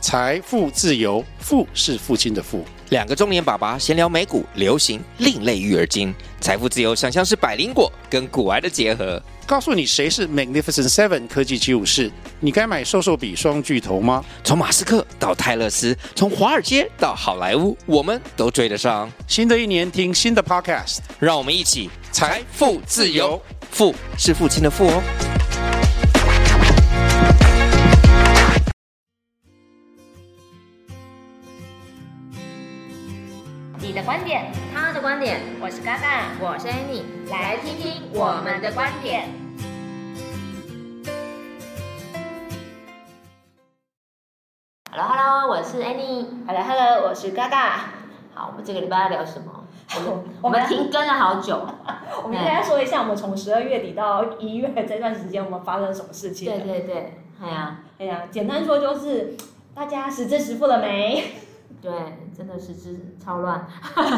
财富自由，富是父亲的富。 两个中年爸爸闲聊美股、流行、另类育儿经，财富自由想象是百灵果跟股癌的结合。 告诉你谁是 Magnificent Seven 科技75士，你该买瘦瘦比双巨头吗？ 从马斯克到泰勒斯，从华尔街到好莱坞，我们都追得上。 新的一年听新的 Podcast， 让我们一起财富自由， 富是父亲的富哦。 你的观点，他的观点，我是嘎嘎，我是 Annie， 来听听我们的观点。Hello， 我是 Annie。Hello， 我是嘎嘎。好，我们这个礼拜要聊什么？我们停更了好久。 我们应该说一下，我们从12月底到1月这段时间，我们发生什么事情？ 对， 哎呀，简单说就是大家实支实付了没？ 对，真的是超乱。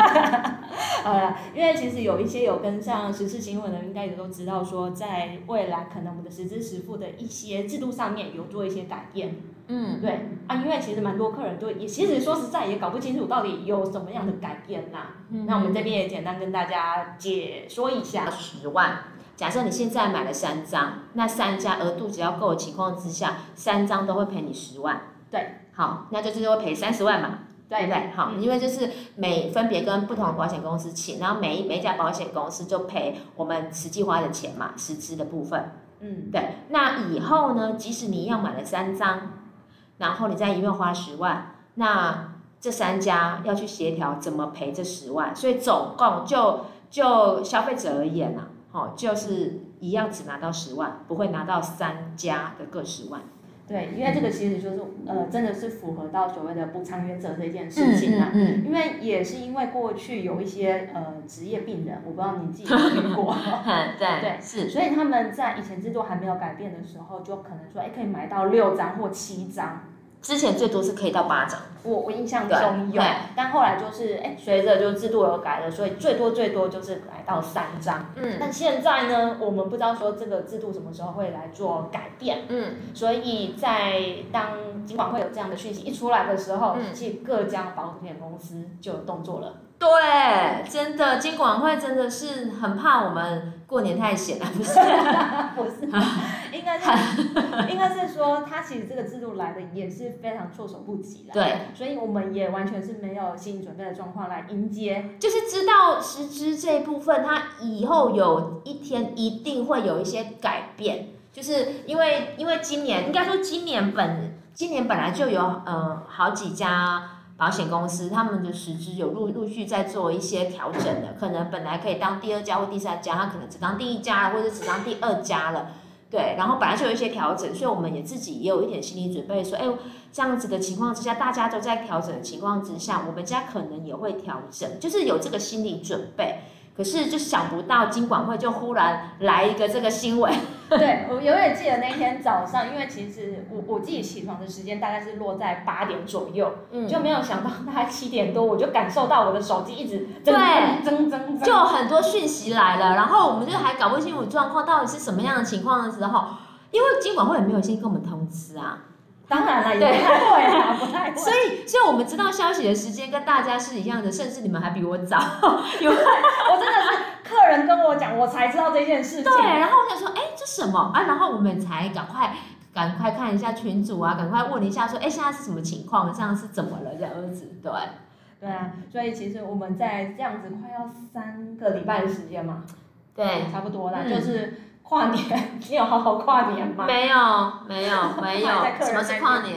因为其实有一些有跟上时事新闻的，应该也都知道说，在未来可能我们的实支实付的一些制度上面有做一些改变。对啊，因为其实蛮多客人也其实说实在也搞不清楚到底有什么样的改变啦。那我们这边也简单跟大家解说一下。 10万，假设你现在买了3张，那3家额度只要够的情况之下，3张都会赔你10万。 对， 好，那就是会赔30万嘛。对不对？好，因为就是分别跟不同的保险公司请，然后每一家保险公司就赔我们实际花的钱嘛，实支的部分。对。那以后呢，即使你一样买了3张，然后你在医院花10万，那这3家要去协调怎么赔这10万，所以总共就消费者而言啊，就是一样只拿到10万，不会拿到3家的各10万。 对，因为这个其实就是真的是符合到所谓的补偿原则这件事情啊。因为也是因为过去有一些职业病人，我不知道你自己有没有遇过。 对，是。 所以他们在以前制度还没有改变的时候，就可能说，可以买到6张或7张。 之前最多是可以到8张， 我印象中有，但后来就是随着就制度有改了，所以最多就是来到3张。但现在呢，我们不知道说这个制度什么时候会来做改变。所以在当金管会有这样的讯息一出来的时候，其实各家保险公司就有动作了。 对，真的，金管会真的是很怕我们过年太闲了，不是？ 不是，应该是说，他其实这个制度来的也是非常措手不及啦。 对， 所以我们也完全是没有心理准备的状况来迎接。 就是知道实支这一部分，它以后有一天一定会有一些改变，就是因为今年应该说今年本来就有好几家保险公司他们的实支有陆续在做一些调整的，可能本来可以当第2家或第3家，它可能只当第1家了，或者只当第2家了。对，然后本来就有一些调整，所以我们也自己也有一点心理准备，说，这样子的情况之下，大家都在调整的情况之下，我们家可能也会调整，就是有这个心理准备。可是就想不到金管会就忽然来一个这个新闻。 对，我永远记得那天早上，因为其实我自己起床的时间大概是落在8点左右，就没有想到大概7点多，我就感受到我的手机一直增， 就有很多讯息来了，然后我们就还搞不清楚状况到底是什么样的情况的时候，因为金管会也没有先跟我们通知啊。 当然了，也不太会啊，不太会。 所以我们知道消息的时间跟大家是一样的，甚至你们还比我早。 因为我真的是客人跟我讲，我才知道这件事情。 对，然后我想说，这什么啊？然后我们才赶快看一下群组啊，赶快问一下说，现在是什么情况？这样是怎么了？这样子， 对啊，所以其实我们在这样子快要3个礼拜的时间嘛，对，差不多啦，就是跨年，你有好好跨年吗？ 没有，什么是跨年？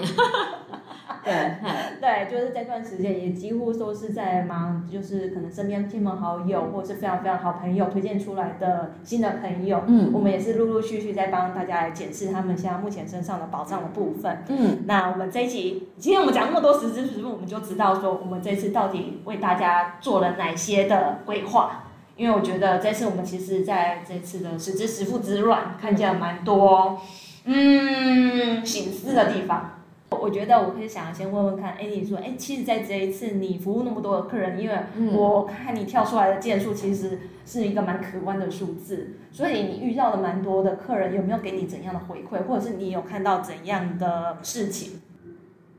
对，就是这段时间也几乎都是在忙，就是可能身边亲朋好友或者是非常非常好朋友推荐出来的新的朋友，我们也是陆陆续续在帮大家来检视他们现在目前身上的保障的部分。那我们这一集，今天我们讲那么多实支实付，我们就知道说我们这次到底为大家做了哪些的规划。因为我觉得这次我们其实在这次的实支实付之乱，看见了蛮多醒思的地方。我觉得我可以想先问问看，你说，其实在这一次你服务那么多的客人，因为我看你跳出来的件数其实是一个蛮可观的数字，所以你遇到了蛮多的客人，有没有给你怎样的回馈，或者是你有看到怎样的事情？ 嗯，因为金管会没有先跟我们通知啊，因为金管会也没有先跟我们通知，所以我们知道消息的时间跟大家是一样的，甚至你们还比我早。就很多讯息来了，然后我们就还搞不清楚状况到底是什么样的情况的时候，因为金管会也没有先跟我们通知啊，所以我们就还搞不清楚状况到底是什么样的情况的时候，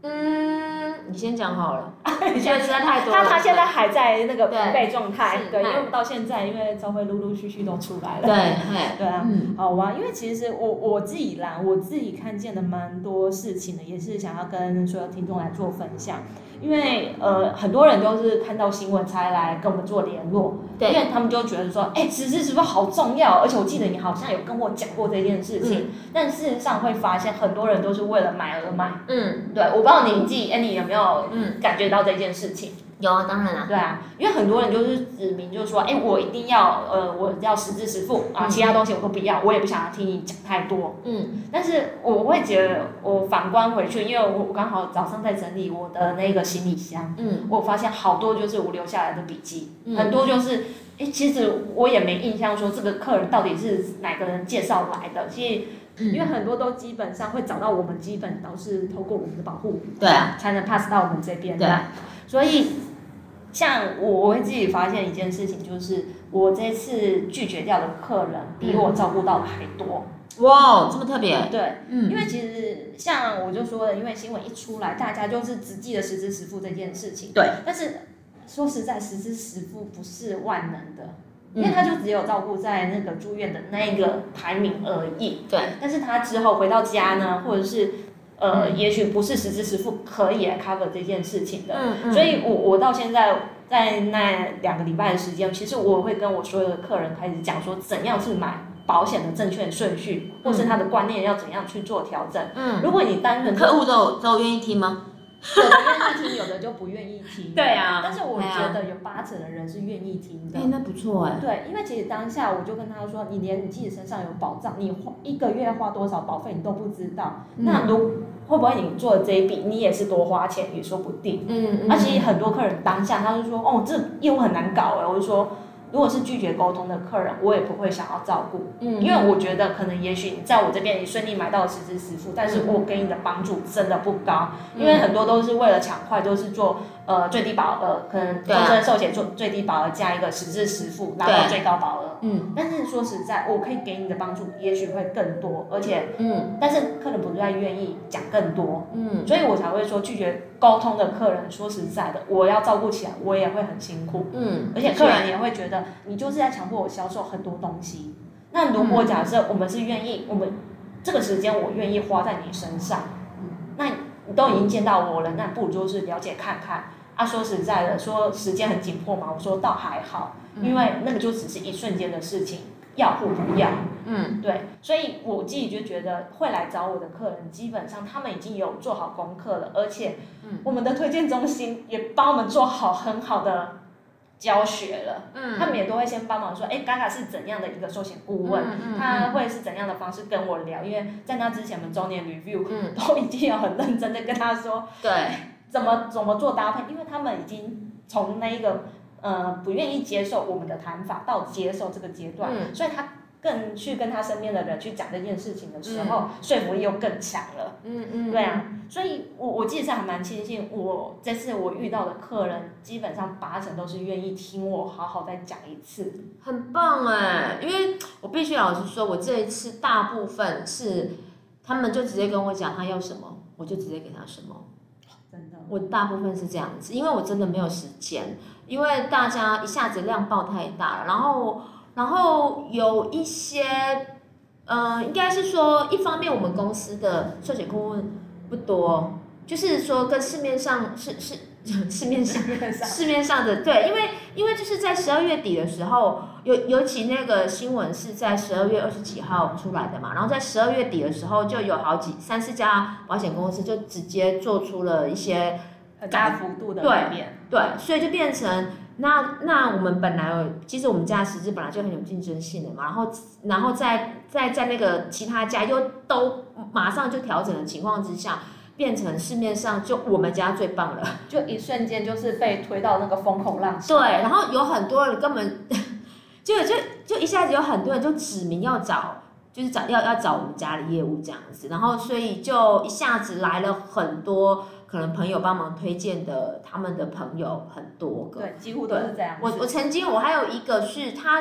你先讲好了，你觉得实在太多了。 他现在还在那个疲惫状态，对，因对为我们到现在，因为朝会陆陆续续都出来了，对啊，好啊，因为其实我自己啦，我自己看见的蛮多事情的，也是想要跟所有听众来做分享。因为很多人都是看到新闻才来跟我们做联络，因为他们就觉得说，实支实付好重要，而且我记得你好像有跟我讲过这件事情，但事实上会发现很多人都是为了买而买，对，我不知道你自己 Annie 有没有感觉到这件事情？ 有啊，当然啦， 对啊，因为很多人就是指明，就是说，我一定要我要实支实付啊，其他东西我都不要，我也不想要听你讲太多。但是我会觉得，我反观回去，因为我刚好早上在整理我的那个行李箱，我发现好多就是我留下来的笔记，很多就是其实我也没印象说这个客人到底是哪个人介绍来的，其实。因为很多都基本上会找到我们，基本都是透过我们的保护， 对啊， 才能 pass 到我们这边的。 对， 所以像我会自己发现一件事情，就是我这次拒绝掉的客人比我照顾到的还多。 哇，这么特别？ 对，因为其实像我就说了，因为新闻一出来，大家就是只记得实支实付这件事情。 对， 但是说实在，实支实付不是万能的。因为他就只有照顾在那个住院的那个排名而已， 对。 但是他之后回到家呢，或者是也许不是实支实付可以来 cover 这件事情的，所以我到现在在那2个礼拜的时间，其实我会跟我所有的客人开始讲说，怎样是买保险的正确顺序，或是他的观念要怎样去做调整。如果你单纯客户都愿意听吗？ 有的愿意听，有的就不愿意听。 对啊， 但是我觉得有80%的人是愿意听的。 那不错对，因为其实当下我就跟他说，你连你自己身上有保障，你1个月花多少保费你都不知道，那会不会你做的这一笔，你也是多花钱也说不定。而且很多客人当下他就说，这业务很难搞我就说。如果是拒绝沟通的客人，我也不会想要照顾，因为我觉得可能也许你在我这边你顺利买到实支实付，但是我给你的帮助真的不高，因为很多都是为了抢快，都是做最低保额，可能终身寿险做最低保额加一个实支实付拿到最高保额，但是说实在，我可以给你的帮助也许会更多，而且但是客人不太愿意讲更多，所以我才会说拒绝沟通的客人，说实在的，我要照顾起来我也会很辛苦，而且客人也会觉得。你就是在强迫我销售很多东西。那如果假设我们是愿意，我们这个时间我愿意花在你身上，那你都已经见到我了，那不如就是了解看看。说实在的，说时间很紧迫嘛，我说倒还好，因为那个就只是一瞬间的事情，要或不要。对，所以我自己就觉得会来找我的客人，基本上他们已经有做好功课了，而且我们的推荐中心也帮我们做好很好的。教学了，他们也都会先帮忙说，Gaga 是怎样的一个寿险顾问，他会是怎样的方式跟我聊，因为在那之前我们周年 review 都已经有很认真的跟他说， 对， 怎么做搭配，因为他们已经从那一个不愿意接受我们的谈法到接受这个阶段，所以他更去跟他身边的人去讲这件事情的时候，说服力又更强了。对啊，所以我其实还蛮庆幸，我这次我遇到的客人基本上80%都是愿意听我好好再讲一次， 很棒因为我必须老实说，我这一次大部分是他们就直接跟我讲他要什么，我就直接给他什么。 真的， 我大部分是这样子，因为我真的没有时间，因为大家一下子量爆太大了，然后有一些，应该是说，一方面我们公司的寿险顾问不多，就是说跟市面上市面上的对，因为就是在12月底的时候，尤其那个新闻是在12月20几号出来的嘛，然后在12月底的时候，就有3-4家保险公司就直接做出了一些很大幅度的改变， 对，所以就变成。那我们本来其实我们家的实支本来就很有竞争性的嘛，然后在那个其他家又都马上就调整的情况之下，变成市面上就我们家最棒了， 就一瞬间就是被推到那个风口浪上。 对，然后有很多人根本就一下子有很多人就指明要找，就是要找我们家的业务这样子，然后所以就一下子来了很多。可能朋友帮忙推荐的，他们的朋友很多个， 对，几乎都是这样。 我曾经我还有一个是，他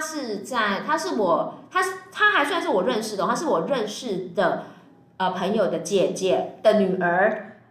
还算是我认识的，他是我认识的朋友的姐姐的女儿，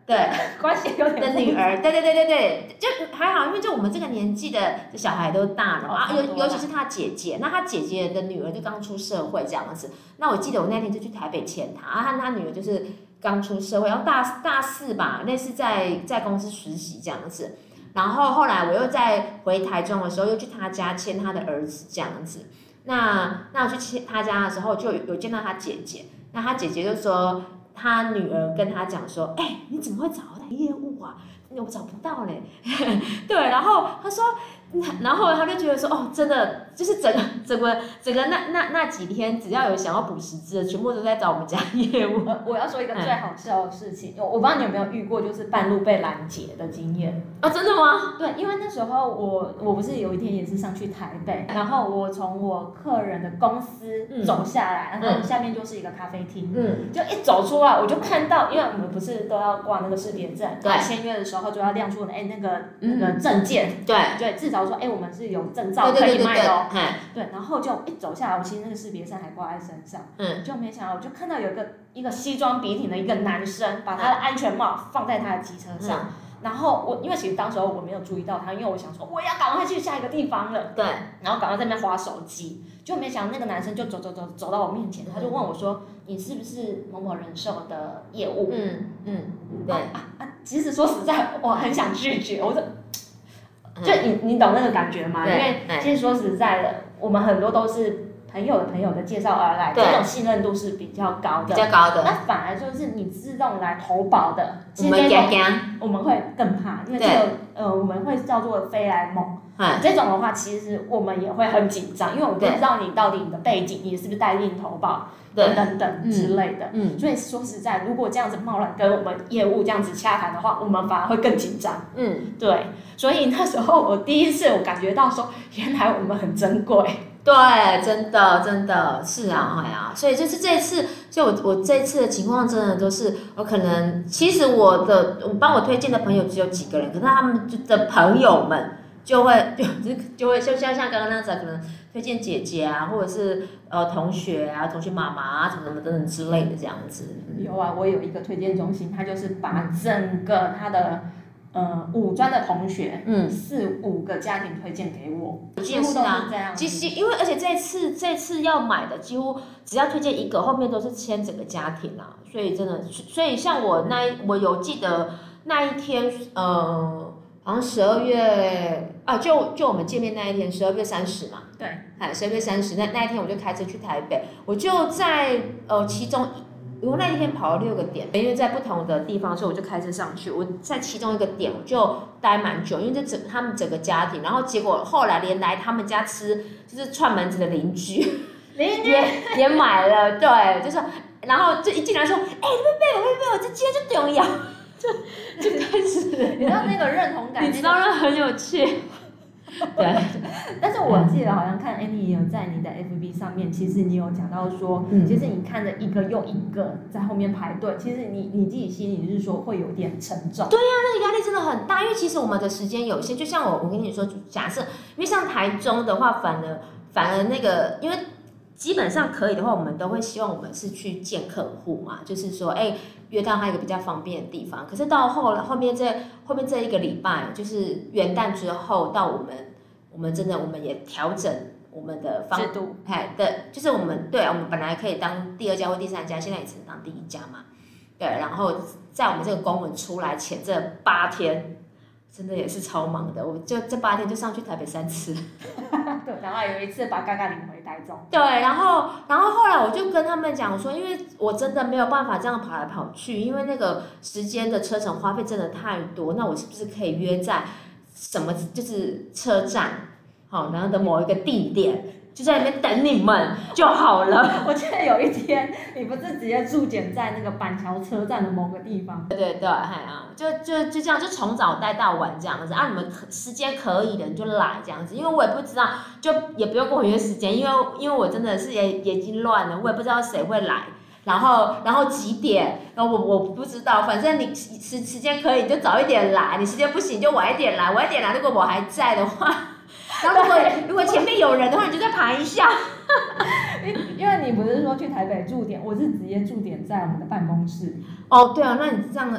对， 关系有点的女儿，对，就还好，因为就我们这个年纪的小孩都大了嘛，尤其是他姐姐，那他姐姐的女儿就刚出社会这样子。那我记得我那天就去台北牵他，他女儿就是刚出社会，然后大4吧，类似在公司实习这样子。然后后来我又在回台中的时候，又去他家牵他的儿子这样子。那我去牵他家的时候，就有见到他姐姐，那他姐姐就说。他女儿跟他讲说：“你怎么会找到业务啊？我找不到嘞。”对，然后他说，然后他就觉得说：“哦，真的就是整个那几天，只要有想要补习资的，全部都在找我们家业务。” 我要说一个最好笑的事情，我不知道你有没有遇过，就是半路被拦截的经验。 哦，真的吗？ 对，因为那时候我不是有一天也是上去台北，然后我从我客人的公司走下来，然后下面就是一个咖啡厅，就一走出来我就看到，因为我们不是都要挂那个识别证，对，签约的时候就要亮出那个证件，对，至少说我们是有证照可以卖的哦，对，然后就一走下来，我其实那个识别证还挂在身上，就没想到我就看到有一个西装笔挺的一个男生，把他的安全帽放在他的机车上。然后因为其实当时候我没有注意到他，因为我想说我要赶快去下一个地方了，对，然后赶快在那边滑手机，就没想到那个男生就走到我面前，他就问我说：“你是不是某某人寿的业务？”对其实说实在，我很想拒绝，我说，就你懂那个感觉吗？因为其实说实在的，我们很多都是。朋友的介绍而来，这种信任度是比较高的。那反而就是你自动来投保的，我们会更怕，因为这个我们会叫做飞来猛。这种的话，其实我们也会很紧张，因为我们不知道你到底你的背景，你是不是代印投保等之类的。所以说实在，如果这样子贸然跟我们业务这样子洽谈的话，我们反而会更紧张。对，所以那时候我第一次我感觉到说，原来我们很珍贵。 对，真的是啊，所以就是这次，就我这次的情况真的都是，我可能其实我帮我推荐的朋友只有几个人，可是他们的朋友们就会就像刚刚那样子，可能推荐姐姐啊，或者是同学啊、同学妈妈啊，什么等等之类的这样子。 有啊，我有一个推荐中心，他就是把整个他的。5专的同学，4、5个家庭推荐给我，几乎都是这样。 其实因为而且这次要买的几乎只要推荐一个，后面都是签整个家庭啊，所以真的，所以像我有记得那一天，好像12月啊，就我们见面那一天，12月30嘛，对，12月30那一天我就开车去台北，我就在其中。我那一天跑了6个点，因为在不同的地方，所以我就开车上去。我在其中一个点，我就待蛮久，因为他们整个家庭，然后结果后来连来他们家吃就是串门子的邻居也买了，对，就是，然后就一进来说，你们背我，这今天就重要，就开始， 你知道那个认同感， 你知道那很有趣。对， 但是我记得好像看 Annie 也有在你的 FB 上面，其实你有讲到说，其实你看着一个又一个在后面排队，其实你自己心里是说会有点沉重。 对呀，那个压力真的很大，因为其实我们的时间有限，就像我跟你说，假设，因为像台中的话，反而那个，因为基本上可以的话，我们都会希望我们是去见客户嘛，就是说，约到他一个比较方便的地方。可是到后面这一个礼拜，就是元旦之后，到我们真的我们也调整我们的制度， 就是我们本来可以当第2家或第3家，现在也只能当第1家嘛。对，然后在我们这个公文出来前这8天，真的也是超忙的。我就这8天就上去台北3次。 对，然后有一次把嘎嘎领回台中。 对，然后后来我就跟他们讲说，因为我真的没有办法这样跑来跑去，因为那个时间的车程花费真的太多。那我是不是可以约在什么就是车站，然后的某一个地点，就在那边等你们就好了。 我记得有一天你不是直接驻点在那个板桥车站的某个地方？ 对，就这样，就从早待到晚这样子啊。你们时间可以的你就来这样子，因为我也不知道，就也不用跟我约时间，因为我真的是也已经乱了，我也不知道谁会来，然后几点，然后我不知道，反正你时间可以你就早一点来，你时间不行就晚一点来，晚一点来，如果我还在的话。然后如果前面有人的话，你就再排一下。 因为你不是说去台北驻点，我是直接驻点在我们的办公室。 哦，对啊，那你这样，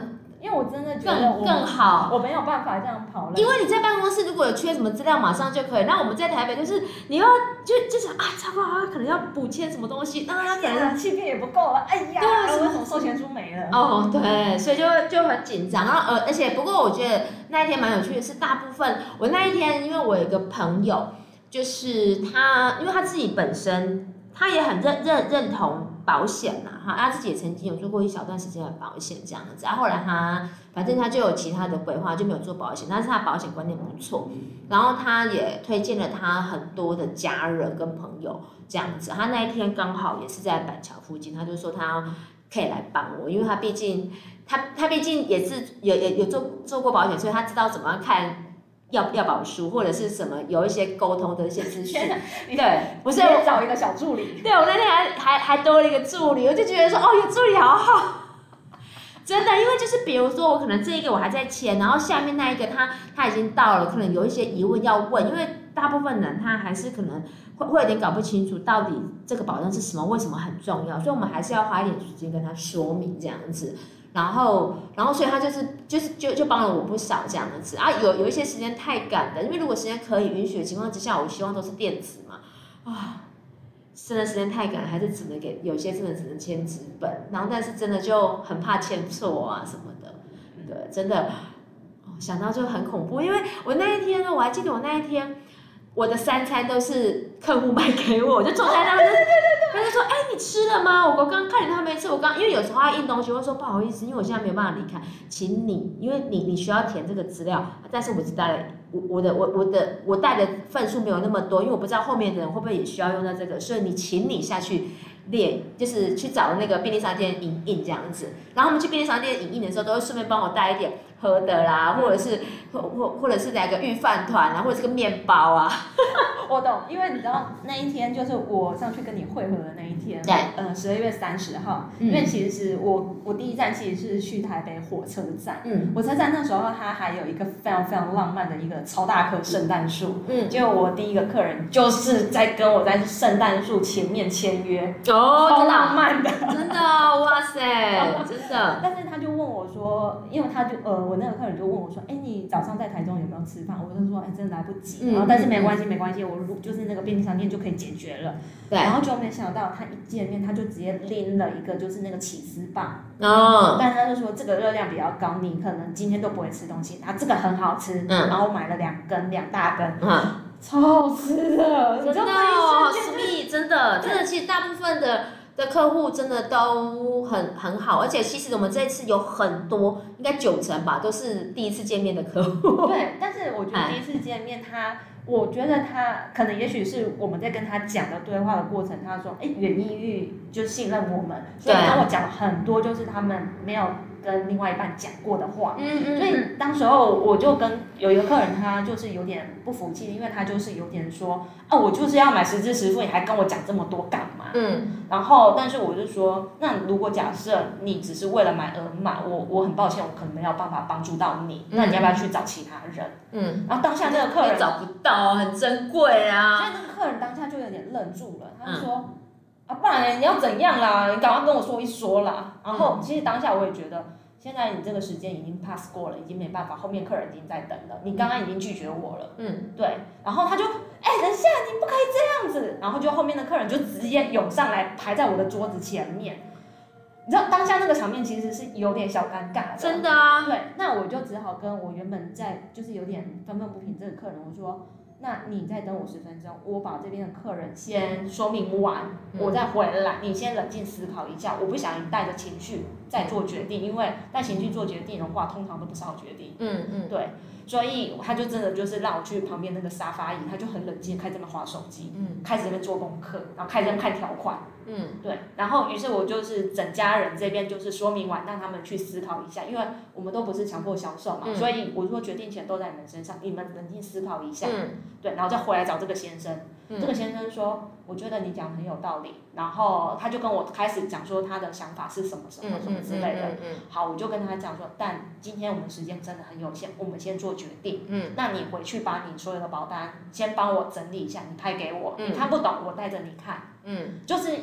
因为我真的觉得更好， 我没有办法这样跑了。 因为你在办公室如果有缺什么资料，马上就可以。那我们在台北就是你要就是糟糕啊，可能要补签什么东西，那他可能欺骗也不够了，哎呀，对，我怎么授权书没了？ 哦，对，所以就很紧张。然后而且不过我觉得那一天蛮有趣的是，大部分我那一天因为我有一个朋友，就是他，因为他自己本身他也很认同保险呐，他自己也曾经有做过一小段时间的保险这样子，后来反正他就有其他的规划，就没有做保险，但是他的保险观念不错，然后他也推荐了他很多的家人跟朋友这样子，他那一天刚好也是在板桥附近，他就说他可以来帮我，因为他毕竟也是有做过保险，所以他知道怎么看要保书或者是什么有一些沟通的一些资讯。对，不是我找一个小助理。 对，我那天还多了一个助理，我就觉得说有助理好好。真的，因为就是比如说我可能这一个我还在签，然后下面那一个他已经到了，可能有一些疑问要问，因为大部分人他还是可能会有点搞不清楚到底这个保障是什么，为什么很重要，所以我们还是要花一点时间跟他说明这样子。然后所以他就帮了我不少这样子啊，有一些时间太赶的，因为如果时间可以允许的情况之下，我希望都是电子嘛，真的时间太赶，还是只能有些真的只能签纸本，然后但是真的就很怕签错啊什么的，对，真的想到就很恐怖，因为我那一天呢，我还记得我那一天。我的3餐都是客户买给我，我就坐在那，他就说：“你吃了吗？我刚刚看你都还没吃，因为有时候他印东西，我说不好意思，因为我现在没有办法离开，请你，因为你需要填这个资料，但是我只带了我带的份数没有那么多，因为我不知道后面的人会不会也需要用到这个，所以请你下去列，就是去找那个便利商店影印这样子，然后我们去便利商店影印的时候，都会顺便帮我带一点。”喝的啦，或者是来个御饭团啊，或者是个面包啊。 我懂，因为你知道那一天就是我上去跟你会合的那一天， 对 ，12月30号，因为其实我第一站其实是去台北火车站，火车站那时候它还有一个非常非常浪漫的一个超大棵圣诞树，结果我第一个客人就是在跟我在圣诞树前面签约，超浪漫的， 真的，哇塞，真的。 但是他就问我说，因为他就我那个客人就问我说，你早上在台中有没有吃饭？我就说，真的来不及，然后但是没关系，我就是那个便利商店就可以解决了。对，然后就没想到他一见面他就直接拎了一个就是那个起司棒，但是他就说这个热量比较高，你可能今天都不会吃东西，他这个很好吃，然后我买了2大根，超好吃的， 真的好sweet，真的，其实大部分的客户真的都很好，而且其实我们这次有很多，应该90%吧，都是第一次见面的客户。 对，但是我觉得第一次见面我觉得他可能也许是我们在跟他讲的对话的过程，他说袁一玉就信任我们，所以跟我讲了很多就是他们没有跟另外一半讲过的话，所以当时候我就跟有一个客人，他就是有点不服气，因为他就是有点说，我就是要买实支实付，你还跟我讲这么多干嘛？然后但是我就说，那如果假设你只是为了买而买，我很抱歉，我可能没有办法帮助到你，那你要不要去找其他人？然后当下那个客人找不到，很珍贵啊， 所以那个客人当下就有点愣住了，他就说。不然你要怎样啦？你赶快跟我说一说啦。然后其实当下我也觉得，现在你这个时间已经 pass 过了，已经没办法，后面客人已经在等了。你刚刚已经拒绝我了，对。然后他就，等一下，你不可以这样子。然后就后面的客人就直接涌上来，排在我的桌子前面。你知道当下那个场面其实是有点小尴尬的， 真的啊。 对，那我就只好跟我原本在就是有点愤愤不平这个客人我说。那你再等我10分钟，我把这边的客人先说明完，我再回来。你先冷静思考一下，我不想你带着情绪再做决定，因为带情绪做决定的话，通常都不是好决定。对，所以他就真的就是让我去旁边那个沙发椅，他就很冷静，开始在那边滑手机，开始在那边做功课，然后开始在那边看条款。对，然后于是我就是整家人这边就是说明完，让他们去思考一下，因为我们都不是强迫销售嘛，所以我说决定权都在你们身上，你们冷静思考一下，对，然后再回来找这个先生。这个先生说，我觉得你讲很有道理，然后他就跟我开始讲说他的想法是什么什么什么之类的。好，我就跟他讲说，但今天我们时间真的很有限，我们先做决定。那你回去把你所有的保单先帮我整理一下，你拍给我，你看不懂我带着你看。就是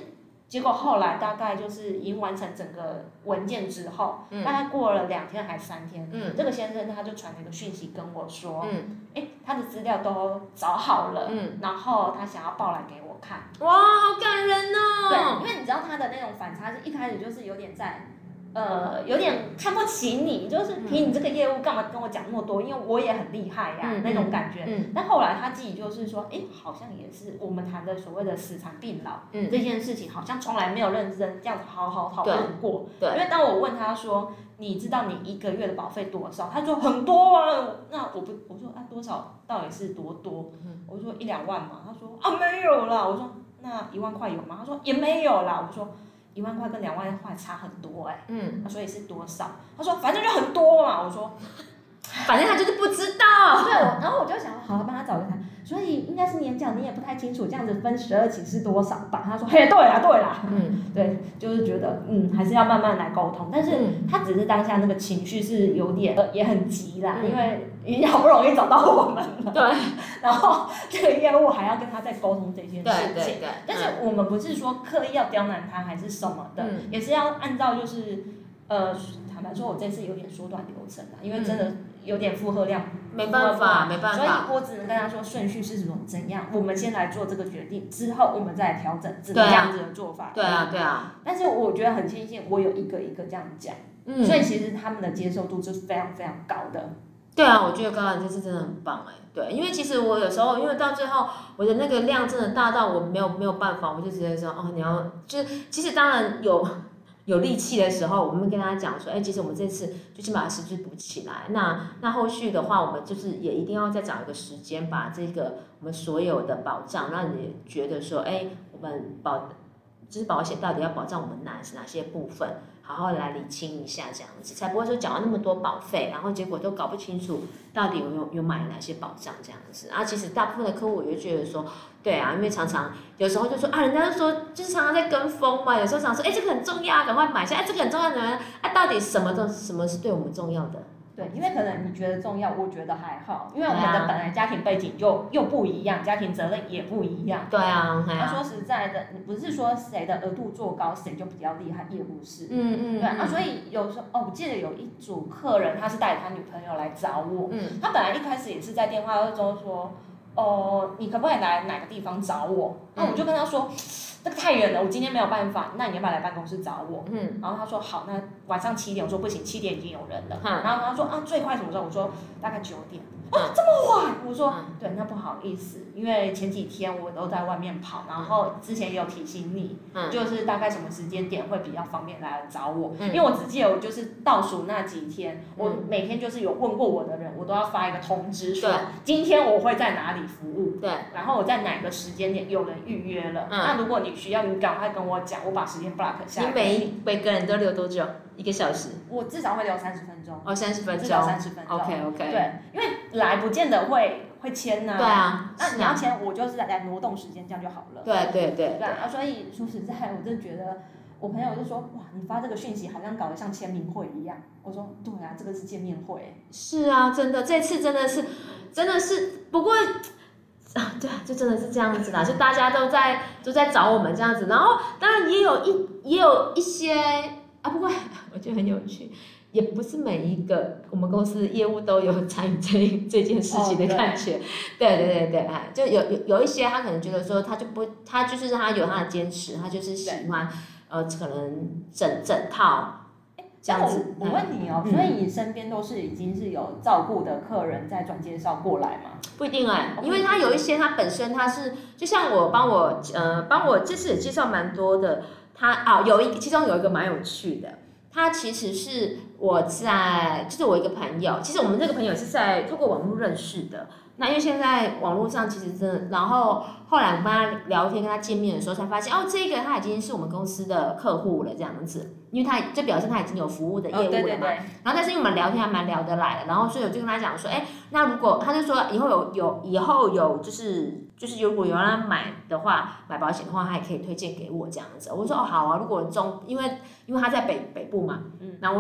结果后来大概就是已经完成整个文件之后，大概过了2天还是3天，这个先生他就传了一个讯息跟我说，他的资料都找好了，然后他想要报来给我看。 哇，好感人哦！ 对，因为你知道他的那种反差是一开始就是有点有点看不起你，就是凭你这个业务干嘛跟我讲那么多？因为我也很厉害呀，那种感觉。但后来他自己就是说，好像也是我们谈的所谓的死缠病老，这件事情好像从来没有认真这样子好好讨论过。对，因为当我问他说，你知道你1个月的保费多少？他说很多啊。那我说啊多少到底是多多？我说1-2万嘛。他说啊没有啦。我说那1万块有吗？他说也没有啦。我说1万块跟2万块差很多所以是多少？他说反正就很多嘛。我说反正他就是不知道。 对，然后我就想好帮他找个谈，所以应该是年奖你也不太清楚，这样子分12期是多少吧？他说嘿对啦，对，就是觉得还是要慢慢来沟通，但是他只是当下那个情绪是有点也很急啦，因为已经好不容易找到我们了， 对， 然后这个业务还要跟他再沟通这件事情， 对， 但是我们不是说刻意要刁难他还是什么的，也是要按照就是坦白说，我这次有点缩短流程啦，因为真的有点负荷量， 没办法， 所以我只能跟他说顺序是怎样，我们先来做这个决定，之后我们再来调整这样子的做法。 对啊。 但是我觉得很庆幸，我有一个一个这样讲，所以其实他们的接受度就是非常非常高的。 对啊，我觉得高兰这次真的很棒对，因为其实我有时候，因为到最后我的那个量真的大到我没有办法，我就直接说你要就是其实当然有力气的时候，我们会跟他讲说，其实我们这次就先把时支补起来。那后续的话，我们就是也一定要再找一个时间，把这个我们所有的保障，让你觉得说，我们就是保险到底要保障我们哪些部分，好好来理清一下，这样子才不会说缴了那么多保费，然后结果都搞不清楚到底有买哪些保障这样子。其实大部分的客户我就觉得说，对啊，因为常常有时候就说人家就说就是常常在跟风嘛，有时候想说这个很重要，赶快买下，这个很重要的到底什么是对我们重要的？ 对，因为可能你觉得重要，我觉得还好，因为我们的本来家庭背景又不一样，家庭责任也不一样。 对啊， 说实在的，你不是说谁的额度做高，谁就比较厉害，也不是。对所以有时候我记得有一组客人，他是带他女朋友来找我，他本来一开始也是在电话中说，你可不可以来哪个地方找我？那我就跟他说。这个太远了，我今天没有办法，那你要不要来办公室找我？然后他说好，那晚上7点，我说不行，7点已经有人了。然后他说最快什么时候？我说大概9点。这么晚？我说对，那不好意思，因为前几天我都在外面跑，然后之前也有提醒你，就是大概什么时间点会比较方便来找我，因为我只记得我就是倒数那几天，我每天就是有问过我的人，我都要发一个通知说今天我会在哪里服务， 对， 然后我在哪个时间点有人预约了，那如果你需要，你赶快跟我讲，我把时间 block 下来。 你每个人都留多久？1个小时？ 我至少会留30分钟。 30分钟。 至少30分钟。 OK。 对，因为来不见得会签呐。 对啊。 那你要签，我就是来挪动时间，这样就好了。 对。 所以说实在，我真的觉得，我朋友就说，哇，你发这个讯息好像搞得像签名会一样。我说，对啊，这个是见面会。 是啊，真的，这次真的是，不过。对，就真的是这样子啦，就大家都在找我们这样子，然后当然也有一些不过我觉得很有趣，也不是每一个我们公司的业务都有参与这件事情的感觉，对，就有一些他可能觉得说他就是让他有他的坚持，他就是喜欢可能整套。这样子， 我问你所以你身边都是已经是有照顾的客人在转介绍过来吗？ 不一定因为他有一些他本身他是，就像我帮我这次也介绍蛮多的，他其中有一个蛮有趣的，他其实是就是我一个朋友，其实我们这个朋友是在透过网络认识的。那因为现在网络上其实真的，然后后来我跟他聊天跟他见面的时候才发现，这个他已经是我们公司的客户了这样子，因为他就表示他已经有服务的业务了嘛。然后但是因为我们聊天还蛮聊得来的，然后所以我就跟他讲说，那如果他就说以后有就是如果有人买的话，买保险的话，他也可以推荐给我这样子。我就说好啊，如果因为他在北部嘛，然后我就说好，如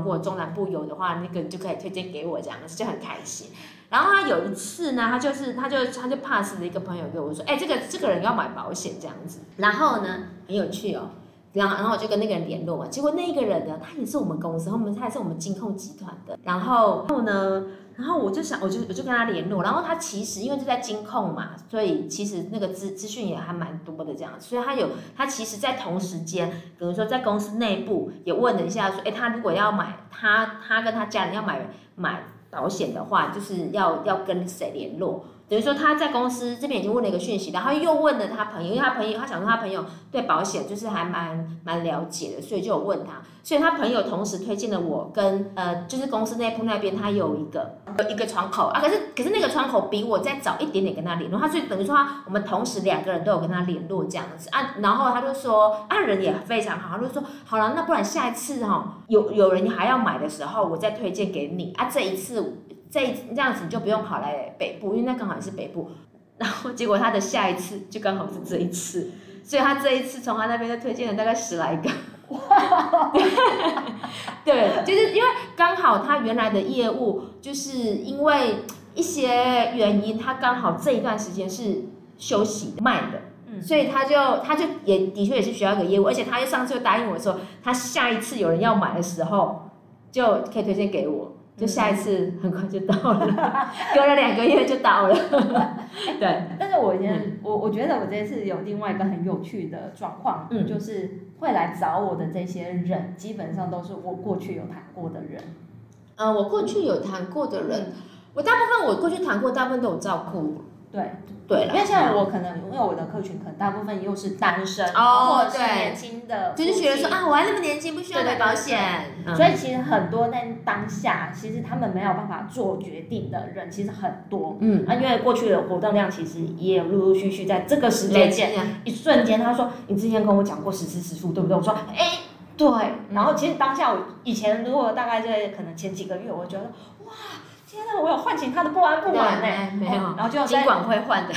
果中南部有的话，那个你就可以推荐给我，这样子就很开心。然后他有一次呢，他就 pass 了一个朋友给我说，这个人要买保险这样子。然后呢，很有趣哦。然后我就跟那个人联络嘛，结果那个人呢，他也是我们公司，他也是我们金控集团的。然后我就跟他联络，然后他其实因为是在金控嘛，所以其实那个资讯也还蛮多的这样，所以他其实在同时间，比如说在公司内部也问了一下说，他如果要买他跟他家人要买保险的话，就是要跟谁联络。等于说他在公司这边已经问了一个讯息，然后又问了他朋友，因为他想说他朋友对保险就是还蛮了解的，所以就有问他，所以他朋友同时推荐了我跟就是公司内部那边他有一个窗口啊，可是那个窗口比我再早一点点跟他联络，所以等于说我们同时2个人都有跟他联络这样子啊，然后他就说人也非常好，他就说好了，那不然下一次有人还要买的时候，我再推荐给你啊，这一次。这样子你就不用跑来北部，因为那刚好也是北部。然后结果他的下一次就刚好是这一次，所以他这一次从他那边就推荐了大概10来个。对，就是因为刚好他原来的业务就是因为一些原因，他刚好这一段时间是休息的卖的。所以他就也的确也是需要一个业务，而且他上次就答应我说，他下一次有人要买的时候就可以推荐给我。就下一次很快就到了，隔了2个月就到了。对， 但是我觉得我这次有另外一个很有趣的状况，就是会来找我的这些人，基本上都是我过去有谈过的人。 我过去有谈过的人，我大部分我过去谈过，大部分都有照顾。对， 因为像我可能因为我的客群可能大部分又是单身，或者是年轻的， 就是觉得说我还那么年轻，不需要买保险。 所以其实很多在当下，其实他们没有办法做决定的人其实很多。因为过去的活动量其实也有陆陆续续在这个时间点，一瞬间他说你之前跟我讲过10次10副，对不对？我说对。然后其实当下以前如果大概在可能前几个月，我觉得哇。天哪，我有唤醒他的不安不满呢， 没有， 然后就金管会换的，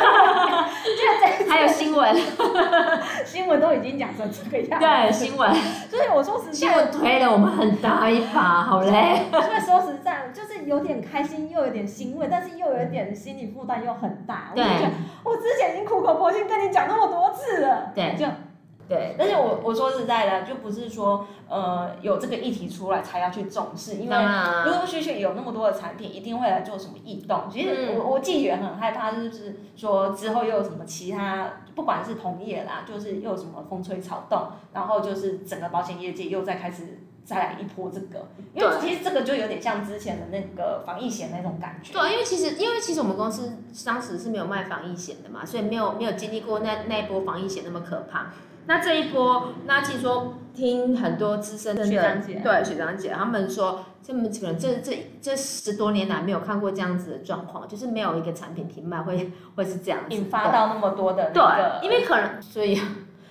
还有新闻，新闻都已经讲成这个样子， 对新闻， 所以我说实在， 新闻推了我们很大一把，好嘞。 所以说实在，就是有点开心，又有点欣慰，但是又有一点心理负担又很大。 对， 我之前已经苦口婆心跟你讲那么多次了， 对， 对，但是我说实在的，就不是说有这个议题出来才要去重视，因为陆陆续续有那么多的产品，一定会来做什么异动。其实我自己也很害怕，就是说之后又有什么其他，不管是同业啦，就是又有什么风吹草动，然后就是整个保险业界又再来一波这个，因为其实这个就有点像之前的那个防疫险那种感觉。 对，因为其实我们公司当时是没有卖防疫险的嘛，所以没有经历过那一波防疫险那么可怕。那这一波，那其实说听很多资深的学长姐，他们说，他们可能这10多年来没有看过这样子的状况，就是没有一个产品停卖会是这样子， 引发到那么多的那个， 对，因为可能所以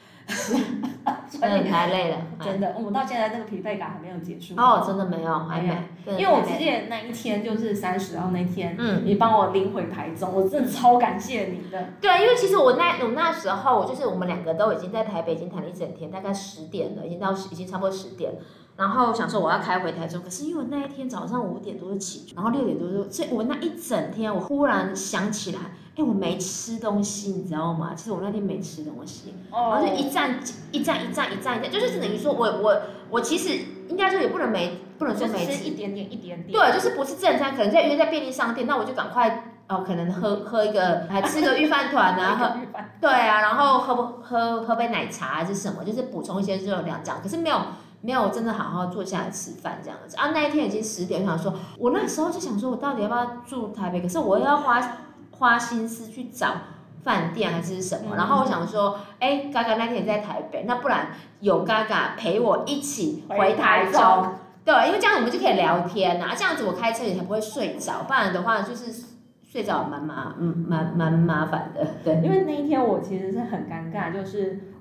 太累了， 真的，我们到现在这个匹配感还没有结束。 真的没有，还没。 因为我之前那一天就是30号那天，你帮我拎回台中，我真的超感谢你的。 对，因为其实我那时候，就是我们2个都已经在台北已经谈了一整天，大概10点了，已经差不多10点。然后想说我要开回台中，可是因为那一天早上5点多就起床，然后6点多就，所以我那一整天我忽然想起来，我没吃东西，你知道吗？其实我那天没吃东西，然后就一站，就是等于说我其实应该说也不能说没吃， 一点点。 对，就是不是正餐，可能约在便利商店，那我就赶快可能喝一个，还吃个御饭团啊，对啊，然后喝杯奶茶还是什么，就是补充一些热量这样。可是没有真的好好坐下来吃饭这样子啊。那一天已经10点，我想说，我那时候就想说，我到底要不要住台北？可是我又要花心思去找饭店还是什么，然后我想说，嘎嘎那天也在台北，那不然有嘎嘎陪我一起回台中，对，因为这样我们就可以聊天啊，这样子我开车也才不会睡着，不然的话就是睡着蛮麻烦的，对。 因为那一天我其实是很尴尬，就是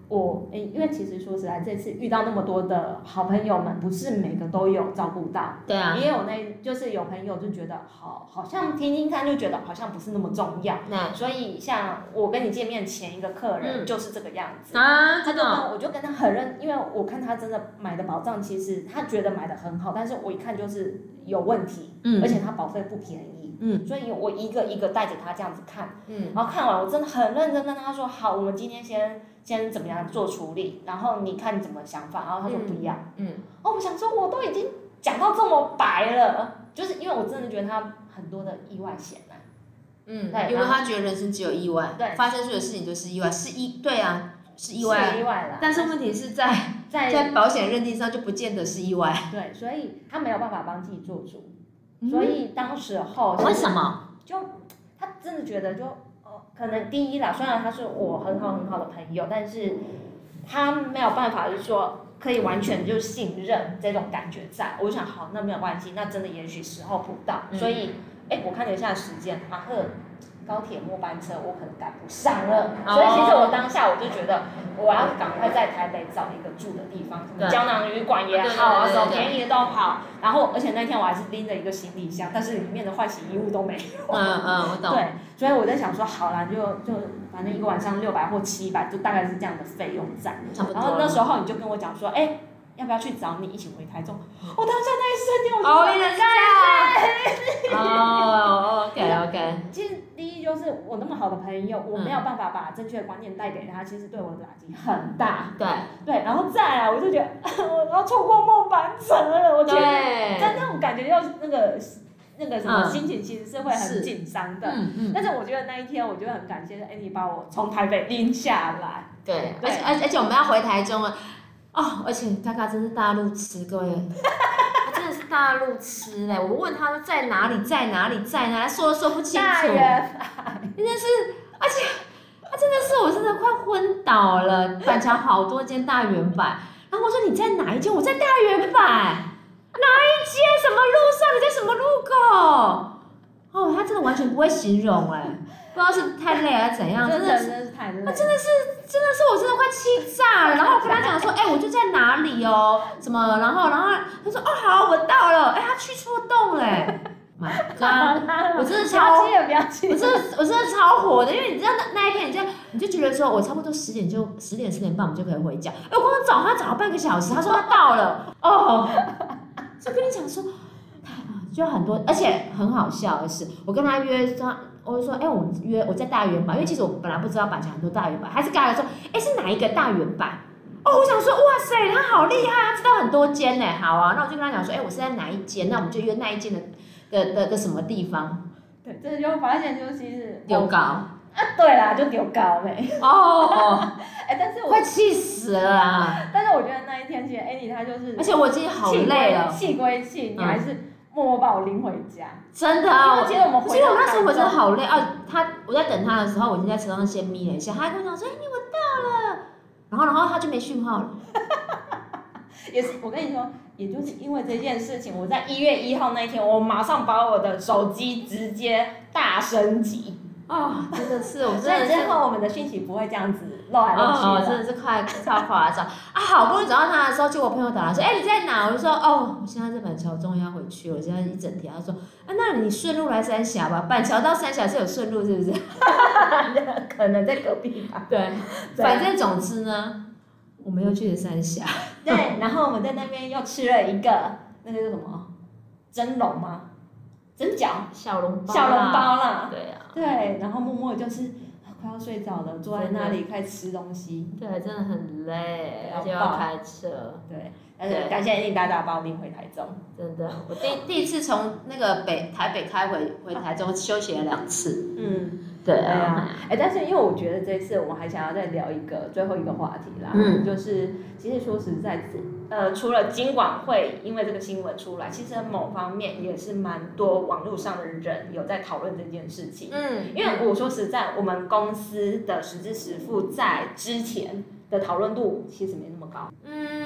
因为其实说实在，这次遇到那么多的好朋友们，不是每个都有照顾到， 对啊， 也有就是有朋友就觉得好像听听看就觉得好像不是那么重要，所以像我跟你见面前一个客人就是这个样子啊， 他就我就跟他很因为我看他真的买的保障，其实他觉得买的很好，但是我一看就是有问题，而且他保费不便宜，所以我一个一个带着他这样子看，然后看完我真的很认真跟他说，好，我们今天先怎么样做处理，然后你看你怎么想法，然后他说不要，我想说我都已经讲到这么白了，就是因为我真的觉得他很多的意外险啊， 对，因为他觉得人生只有意外，对，发生所有事情都是意外，对啊，是意外， 是意外啦， 但是问题是在保险认定上就不见得是意外， 对，所以他没有办法帮自己做主，所以当时候为什么？ 就他真的觉得可能第一啦，虽然他是我很好的朋友，但是他没有办法，就是说可以完全就信任这种感觉在。我就想，好，那没有关系，那真的也许时候不到，所以，我看了一下时间，马赫高铁末班车我可能赶不上了，所以其实我当下我就觉得我要赶快在台北找一个住的地方，什么胶囊旅馆也好，什么便宜的都好。然后而且那天我还是拎着一个行李箱，但是里面的换洗衣物都没有。 我懂。 对，所以我在想说，好啦，就反正一个晚上600或700，就大概是这样的费用在。然后那时候你就跟我讲说，要不要去找你一起回台中？我当下那一瞬间，我就原来这样。OK。 其实第一就是我那么好的朋友，我没有办法把正确的观念带给他，其实对我的打击很大。对，然后再来，我就觉得我要错过末班车了，我觉得在那种感觉又那个什么心情其实是会很紧张的。但是我觉得那一天，我觉得很感谢Annie把我从台北拎下来。 对，而且我们要回台中了。而且嘎嘎真是大陆吃，各位，他真的是大陆吃嘞！我问他在哪里，说都说不清楚。真的是，而且他真的是，我真的快昏倒了。板桥好多间大圆板，然后我说你在哪一间？我在大圆板，哪一间？什么路上？你在什么路口？他真的完全不会形容不知道是太累还是怎样， 真的是太累。 真的是，我真的快气炸了。然后我跟他讲说，我就在哪里哦，什么，然后他说，好，我到了。他去错洞嘞。My God！ 我真的超， 不要气， 我真的超火的，因为你知道那一天你就觉得说，我差不多10点10点半我们就可以回家。我光找他找了半个小时，他说他到了。就跟你讲说，就很多，而且很好笑的是，我跟他约说。我就说，我在大圆板，因为其实我本来不知道板桥很多大圆板，还是跟他说，是哪一个大圆板？我想说，哇塞，他好厉害，他知道很多间呢。好啊，那我就跟他讲说，我是在哪一间？那我们就约那一间的什么地方？ 对，这就发现就其实丢高对啦，就丢高呗。但是我快气死了啦！ 但是我觉得那一天其实Annie她就是， 而且我今天好累了， 气归气，你还是默默把我拎回家。 真的啊！ 其实我那时候我真的好累我在等他的时候，我已经在车上先眯了一下，他还跟我讲说：“我到了。”然后他就没讯号了。 也是，我跟你说，也就是因为这件事情，我在1月1号那一天，我马上把我的手机直接大升级。 真的是，我真的所以之后我们的讯息不会这样子漏来漏去真的是超夸张好不容易找到他的时候，结果我朋友打来说：“你在哪？”我就说：“我现在在板桥，终于要回去，我现在一整天。”他说：“那你顺路来三峡吧，板桥到三峡是有顺路，是不是？” 可能在隔壁吧。 对，反正总之呢，我们又去了三峡。 对，然后我们在那边又吃了一个那个叫什么蒸笼吗？蒸饺小笼包啦， 对啊， 对，然后默默就是快要睡着了，坐在那里开始吃东西， 对，真的很累，而且要开车， 对，但是感谢你大大把我拎回台中， 真的，我第一次从那个台北开回台中休息了2次，对啊， 但是因为我觉得这次我们还想要再聊最后一个话题啦，就是其实说实在，除了金管会因为这个新闻出来，其实某方面也是蛮多网络上的人有在讨论这件事情，因为我说实在，我们公司的实支实付在之前的讨论度其实没那么高，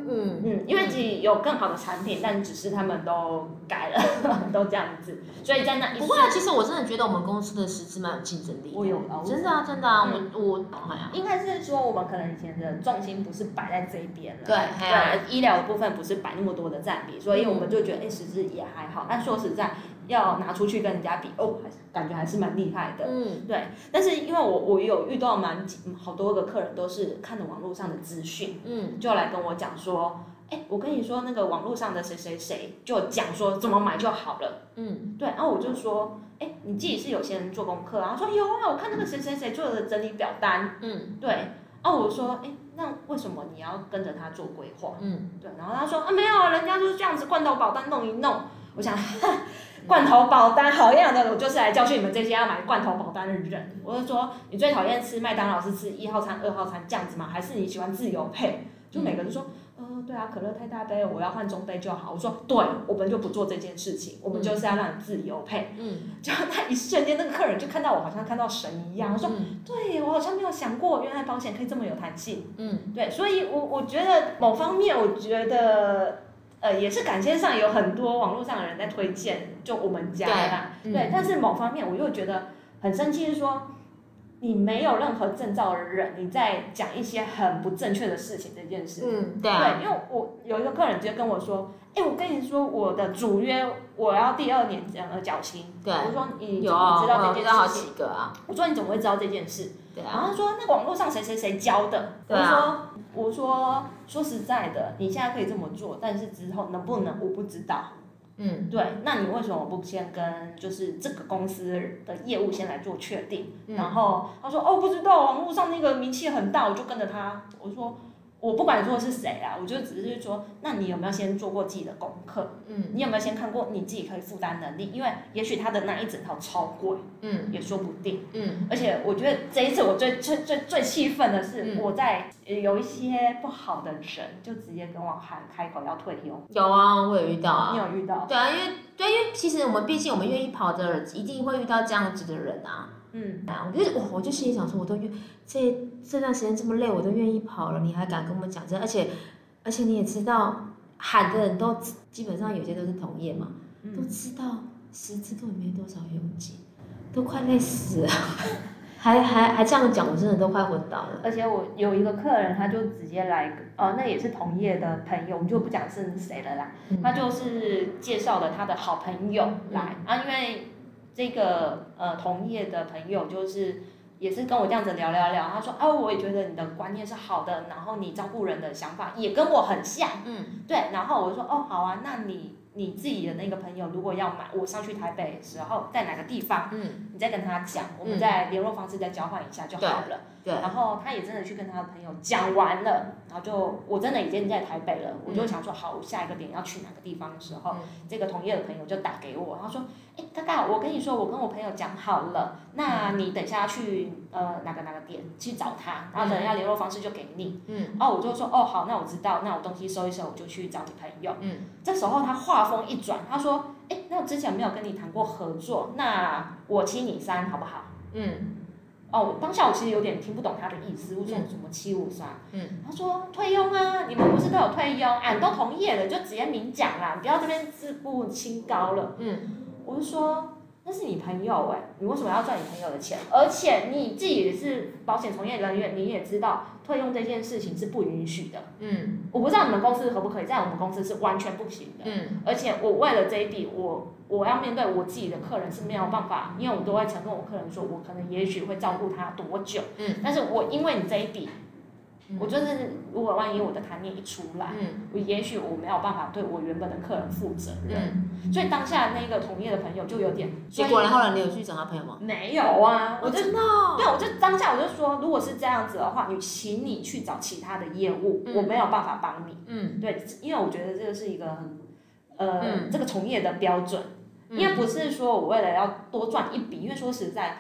因为其实有更好的产品，但只是他们都改了，都这样子，所以在那一不会啊，其实我真的觉得我们公司的实质蛮有竞争力的。 我有真的啊，真的啊，我应该是说我们可能以前的重心不是摆在这一边了， 对， 医疗的部分不是摆那么多的占比，所以我们就觉得实质也还好，但说实在要拿出去跟人家比，感觉还是蛮厉害的，对。但是因为我有遇到好多个客人都是看了网络上的资讯，就来跟我讲说，我跟你说那个网络上的谁谁谁就讲说怎么买就好了，对。然后我就说，你自己是有些人做功课啊？他说有啊，我看那个谁谁谁做的整理表单，对。然后我说，那为什么你要跟着他做规划？对。然后他说没有，人家就是这样子罐头保单弄一弄。我想，罐头保单好样的，我就是来教训你们这些要买罐头保单的人。我就说，你最讨厌吃麦当劳是吃1号餐、2号餐这样子吗？还是你喜欢自由配？就每个人说，对啊，可乐太大杯了，我要换中杯就好。我说，对，我们就不做这件事情，我们就是要让你自由配。就那一瞬间，那个客人就看到我好像看到神一样，我说，对，我好像没有想过，原来保险可以这么有弹性。对，所以我觉得某方面，我觉得。也是感谢上有很多网络上的人在推荐，就我们家啦，对。但是某方面我又觉得很生气，是说你没有任何证照的人，你在讲一些很不正确的事情这件事。 对啊。 对，因为我有一个客人直接跟我说，我跟你说我的主约我要第2年缴清。 对。 我说你怎么知道这件事情？ 有啊，我好几个啊。 我说你怎么会知道这件事？ 对啊。 然后他说那网络上谁谁谁教的。 对啊。 我说实在的，你现在可以这么做，但是之后能不能我不知道。对，那你为什么不先跟就是这个公司的业务先来做确定？然后他说不知道，网络上那个名气很大，我就跟着他。我说我不管说是谁啦，我就只是说，那你有没有先做过自己的功课？你有没有先看过你自己可以负担能力？因为也许他的那一整套超贵，也说不定。而且我觉得这一次我最气愤的是，我在有一些不好的人就直接跟我喊开口要退休。 有啊，我有遇到啊。 你有遇到？ 对啊，因为其实毕竟我们愿意跑的人，一定会遇到这样子的人啊。我就心里想说，我都这段时间这么累，我都愿意跑了，你还敢跟我们讲这？而且你也知道，喊的人都基本上有些都是同业嘛，都知道实质根本没多少佣金，都快累死了，还这样讲，我真的都快昏倒了。 而且我有一个客人，他就直接来，那也是同业的朋友，我们就不讲是谁了啦，他就是介绍了他的好朋友来因为。这个同业的朋友就是也是跟我这样子聊，他说我也觉得你的观念是好的，然后你照顾人的想法也跟我很像，对，然后我就说好啊，那你自己的那个朋友如果要买，我上去台北的时候在哪个地方，你再跟他讲，我们再联络方式再交换一下就好了。对，然后他也真的去跟他的朋友讲完了，然后我真的已经在台北了，我就想说好，下一个点要去哪个地方的时候，这个同业的朋友就打给我，他说大概我跟你说，我跟我朋友讲好了，那你等一下去哪个点去找他，然后等一下联络方式就给你。然后我就说好，那我知道，那我东西收一收，我就去找你朋友。这时候他话锋一转，他说那我之前没有跟你谈过合作，那我7你3好不好？当下我其实有点听不懂他的意思，我说什么7、5、3？他说退佣啊，你们不是都有退佣？你都同业了，就直接明讲啦，不要这边自步清高了。我就说那是你朋友你为什么要赚你朋友的钱？而且你自己也是保险从业人员，你也知道退佣这件事情是不允许的。我不知道你们公司可不可以，在我们公司是完全不行的。而且我为了这一笔，我要面对我自己的客人是没有办法，因为我都会曾跟我客人说，我可能也许会照顾他多久。但是我因为你这一笔。我就是如果万一我的贪念一出来，也许我没有办法对我原本的客人负责任，所以当下那个同业的朋友就有点。 结果然后来你有去找他朋友吗？ 没有啊，我就真的。 对，我就当下我就说，如果是这样子的话，请你去找其他的业务，我没有办法帮你。对，因为我觉得这个是一个这个从业的标准，因为不是说我为了要多赚一笔，因为说实在。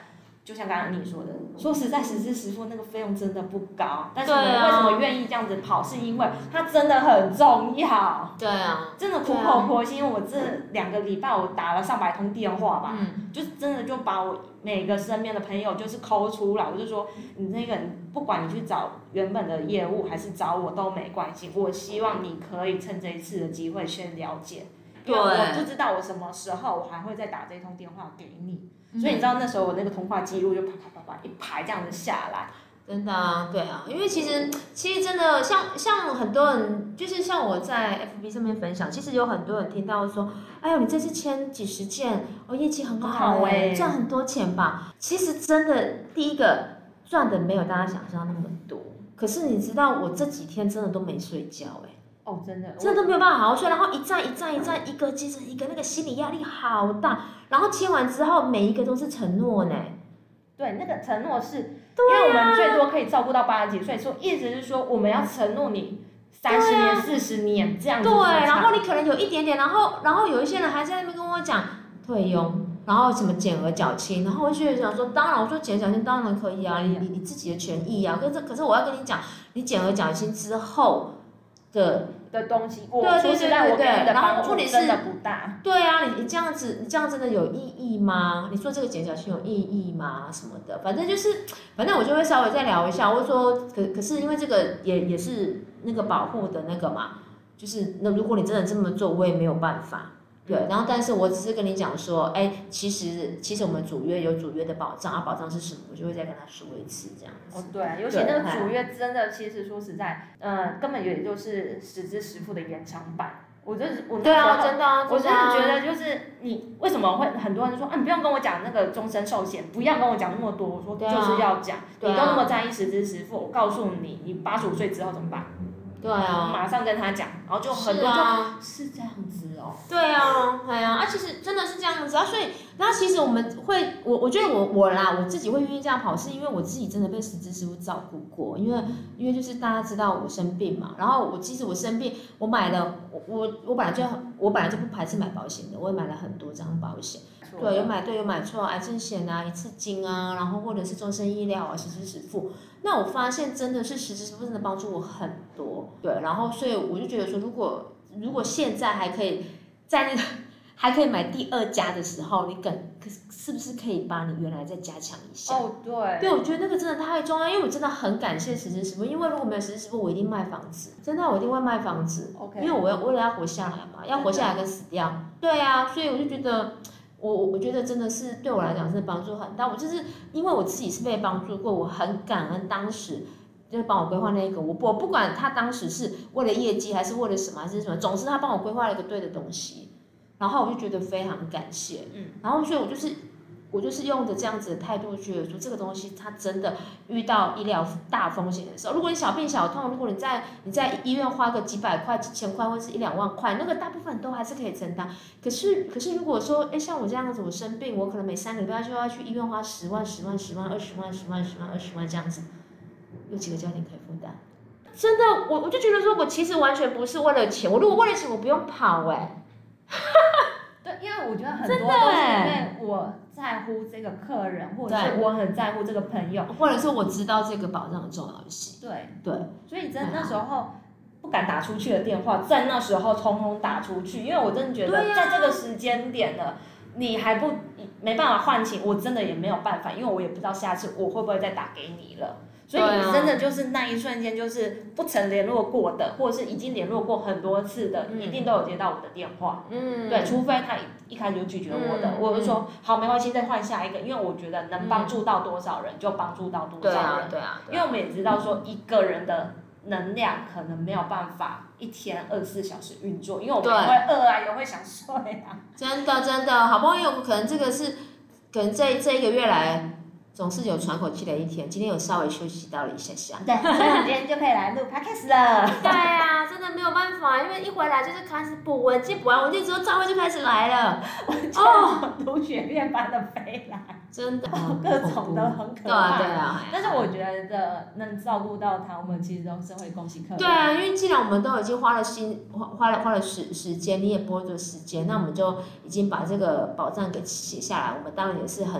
就像刚刚你说的，说实在，实支实付那个费用真的不高，但是我们为什么愿意这样子跑？是因为它真的很重要。 对啊， 真的苦口婆心。我这2个礼拜我打了上百通电话吧，就是真的就把我每个身边的朋友就是抠出来，我就说你那个不管你去找原本的业务还是找我都没关系，我希望你可以趁这一次的机会先了解，因为我不知道我什么时候我还会再打这一通电话给你。所以你知道那时候我那个通话记录就啪啪啪啪一排这样子下来， 真的啊，对啊，因为其实真的像很多人，就是像我在 FB 上面分享，其实有很多人听到说，哎呦，你这次签几10件，业绩很好赚很多钱吧？其实真的，第一个赚的没有大家想象那么多，可是你知道我这几天真的都没睡觉真的都没有办法好好睡，然后一站，一个接着一个，那个心理压力好大。然后签完之后，每一个都是承诺呢。 对，那个承诺是，因为我们最多可以照顾到80几岁，所以意思是说我们要承诺你30年、40年这样子。 对，然后你可能有一点点，然后有一些人还在那边跟我讲退佣，然后什么减额缴清，然后我就想说，当然我说减额缴清当然可以啊，你自己的权益啊。可是我要跟你讲，你减额缴清之后的东西，我说实在，我给你的帮助真的不大。 对啊，你这样子真的有意义吗？你说这个减缴清有意义吗？什么的，反正我就会稍微再聊一下。我说，可是因为这个也是那个保护的那个嘛，就是那如果你真的这么做，我也没有办法。对，然后但是我只是跟你讲说，其实我们主约有主约的保障啊，保障是什么，我就会再跟他说一次这样子。 对啊，尤其那个主约真的，其实说实在，根本也就是实支实付的延长版。我那时候， 对啊，真的啊， 我真的觉得就是你为什么会很多人说你不用跟我讲那个终身寿险，不要跟我讲那么多。我说就是要讲，你都那么在意实支实付，我告诉你，你85岁之后怎么办？ 对啊， 马上跟他讲，然后就很多就是这样子哦。 对啊，其实真的是这样子啊，所以其实我们会，我觉得我自己会愿意这样跑，是因为我自己真的被实支实付照顾过，因为就是大家知道我生病嘛，然后其实我生病，我买了我本来就不排斥买保险的，我也买了很多张保险，对，有买错癌症险啊、一次金啊，然后或者是终身医疗啊，实支实付。那我发现真的是实支实付真的帮助我很多，对，然后所以我就觉得说，如果现在还可以在那个还可以买第2家的时候，是不是可以把你原来再加强一下？对，我觉得那个真的太重要，因为我真的很感谢实支实付，因为如果没有实支实付，我一定卖房子，真的我一定会卖房子，因为我为了要活下来嘛，要活下来跟死掉，对啊，所以我就觉得。我觉得真的是对我来讲是帮助很大。我就是因为我自己是被帮助过，我很感恩当时就是帮我规划那个。我不管他当时是为了业绩还是为了什么还是什么，总之他帮我规划了一个对的东西，然后我就觉得非常感谢。然后所以我就是用着这样子的态度，觉得说这个东西它真的遇到医疗大风险的时候，如果你小病小痛，如果你在医院花个几百块、几千块，或是1-2万块，那个大部分都还是可以承担。可是如果说，像我这样子，我生病，我可能每3个礼拜就要去医院花10万、10万、10万、20万、10万、10万、20万这样子，有几个家庭可以负担？真的，我就觉得说我其实完全不是为了钱，我如果为了钱，我不用跑对，因为我觉得很多都是因为我在乎这个客人，或者是我很在乎这个朋友， 或者说我知道这个保障的重要性。对， 所以真的那时候不敢打出去的电话，在那时候通通打出去，因为我真的觉得在这个时间点了，你还没办法换情，我真的也没有办法，因为我也不知道下次我会不会再打给你了。所以你真的就是那一瞬间，就是不曾联络过的，或者是已经联络过很多次的，一定都有接到我的电话。对，除非他一开始就拒绝我的，我就说好，没关系，再换下一个，因为我觉得能帮助到多少人就帮助到多少人。 对啊， 因为我们也知道说一个人的能量可能没有办法一天24小时运作，因为我们也会饿啊，也会想睡啊。 真的，好不容易有可能这个是，可能这一个月来。总是有喘口气的一天，今天有稍微休息到了一下。 对，所以我们今天就可以来录 podcast 了。 对啊，真的没有办法，因为一回来就是开始补文件，补完文件之后召会就开始来了。 如雪片般的飞来， 真的， 各种的很可怕。 对啊。 但是我觉得能照顾到他，我们其实都是会恭喜客人。 对啊，因为既然我们都已经花了时间，你也拨着时间，那我们就已经把这个保障给写下来，我们当然也是很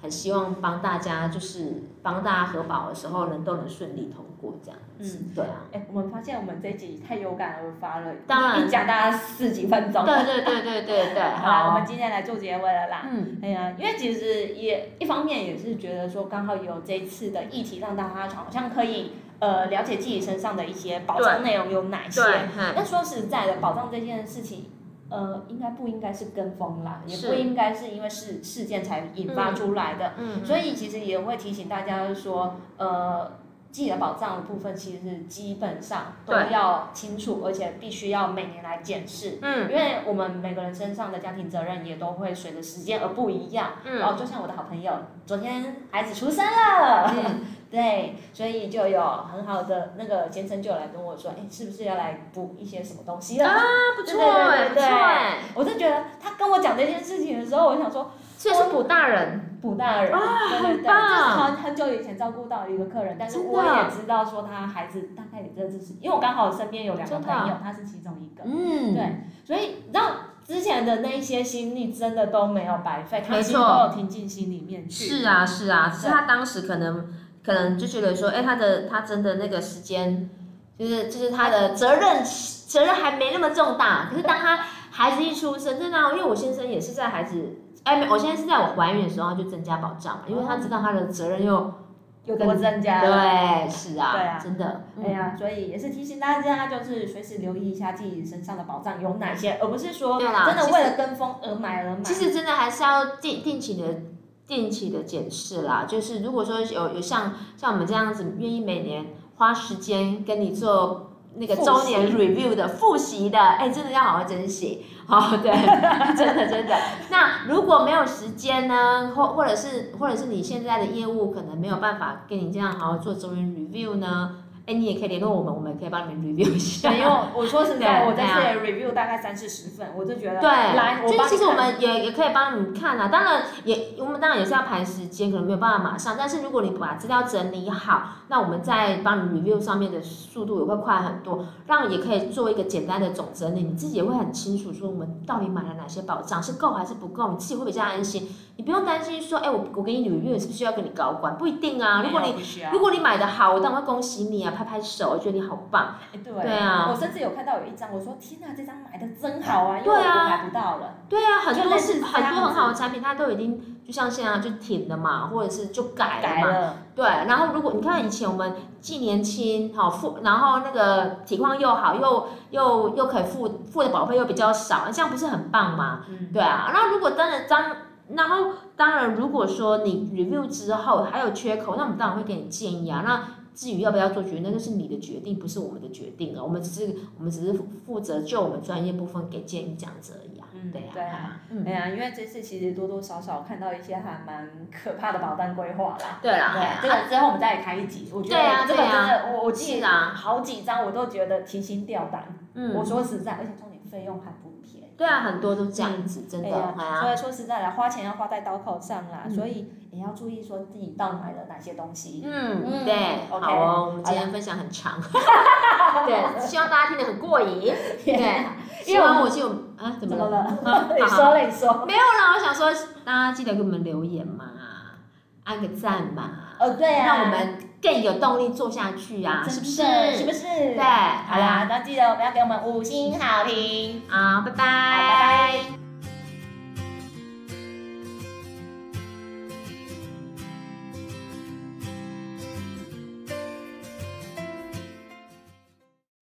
很希望帮大家核保的时候都能顺利通过这样子。对啊。 我们发现我们这一集太有感而发了， 当然一讲大家4几分钟。 对。 好啦，我们今天来做结尾了啦。因为其实也一方面也是觉得说，刚好有这一次的议题，让大家好像可以了解自己身上的一些保障内容有哪些。但说实在的，保障这件事情。应该不应该是跟风啦，也不应该是因为事件才引发出来的。所以其实也会提醒大家说，自己的保障的部分其实是基本上都要清楚，而且必须要每年来检视。因为我们每个人身上的家庭责任也都会随着时间而不一样。就像我的好朋友，昨天孩子出生了。对，所以就有很好的那个先生就来跟我说，是不是要来补一些什么东西了？ 不错不错。 我就觉得他跟我讲这件事情的时候，我想说， 所以是补大人。 对，就是很久以前照顾到一个客人，但是我也知道说他孩子大概也真的是，因为我刚好身边有2个朋友，他是其中一个。对，所以你知道之前的那一些心力真的都没有白费，他其实都有听进心里面去。 是啊，只是他当时可能就觉得说，他真的那个时间，就是他的责任还没那么重大。可是当他孩子一出生，真的因为我先生也是在孩子，我现在是在我怀孕的时候他就增加保障，因为他知道他的责任又多增加。 对，是啊， 对啊， 真的。 所以也是提醒大家，就是随时留意一下自己身上的保障有哪些，而不是说真的为了跟风而买。 其实真的还是要定期的检视啦，就是如果说有像我们这样子愿意每年花时间跟你做那个周年 review 的复习的，真的要好好珍惜。对，真的。那如果没有时间呢，或者是你现在的业务可能没有办法跟你这样好好做周年 review 呢？你也可以联络我们也可以帮你们 review 一下。 因为我说实在，我这次的 review 大概30-40份，我就觉得其实我们也可以帮你们看啊。当然我们当然也是要排时间，可能没有办法马上。但是如果你把资料整理好，那我们在帮你 review 上面的速度也会快很多，让也可以做一个简单的总整理，你自己也会很清楚说我们到底买了哪些保障是够还是不够，你自己会比较安心。你不用担心说，我给你 review 是不是要跟你高管？不一定啊。如果你买的好，我当然会恭喜你啊，拍拍手，我觉得你好棒。 对啊。我甚至有看到有一张，我说天哪，这张买的真好啊，因为我买不到了。 对啊，很多很好的产品，它都已经就像现在就停了嘛，或者是就改了嘛。对，然后如果你看以前我们既年轻然后那个体况又好，又可以付的保费又比较少，这样不是很棒吗？对啊。然后如果当然，如果说你 review 之后还有缺口，那我们当然会给你建议啊。那至于要不要做决定，那就是你的决定，不是我们的决定啊。我们只是负责就我们专业部分给建议这样子而已啊。 对啊，因为这次其实多多少少看到一些还蛮可怕的保单规划啦。 对啦， 这个之后我们再来开一集。我觉得这个真的，我记得好几张我都觉得提心吊胆。我说实在，而且重点费用还不便宜。 对啊，很多都这样子，真的。 所以说实在的，花钱要花在刀口上啦，所以也要注意说自己到底买了哪些东西。 对，好哦，我们今天分享很长，对，希望大家听得很过瘾。对，希望我就怎么了？ 你说。 没有啦，我想说大家记得给我们留言嘛，按个赞嘛。 对啊， 让我们更有动力做下去啊，是不是？ 对，好啦，那记得我们要给我们5星好评。 好，拜拜。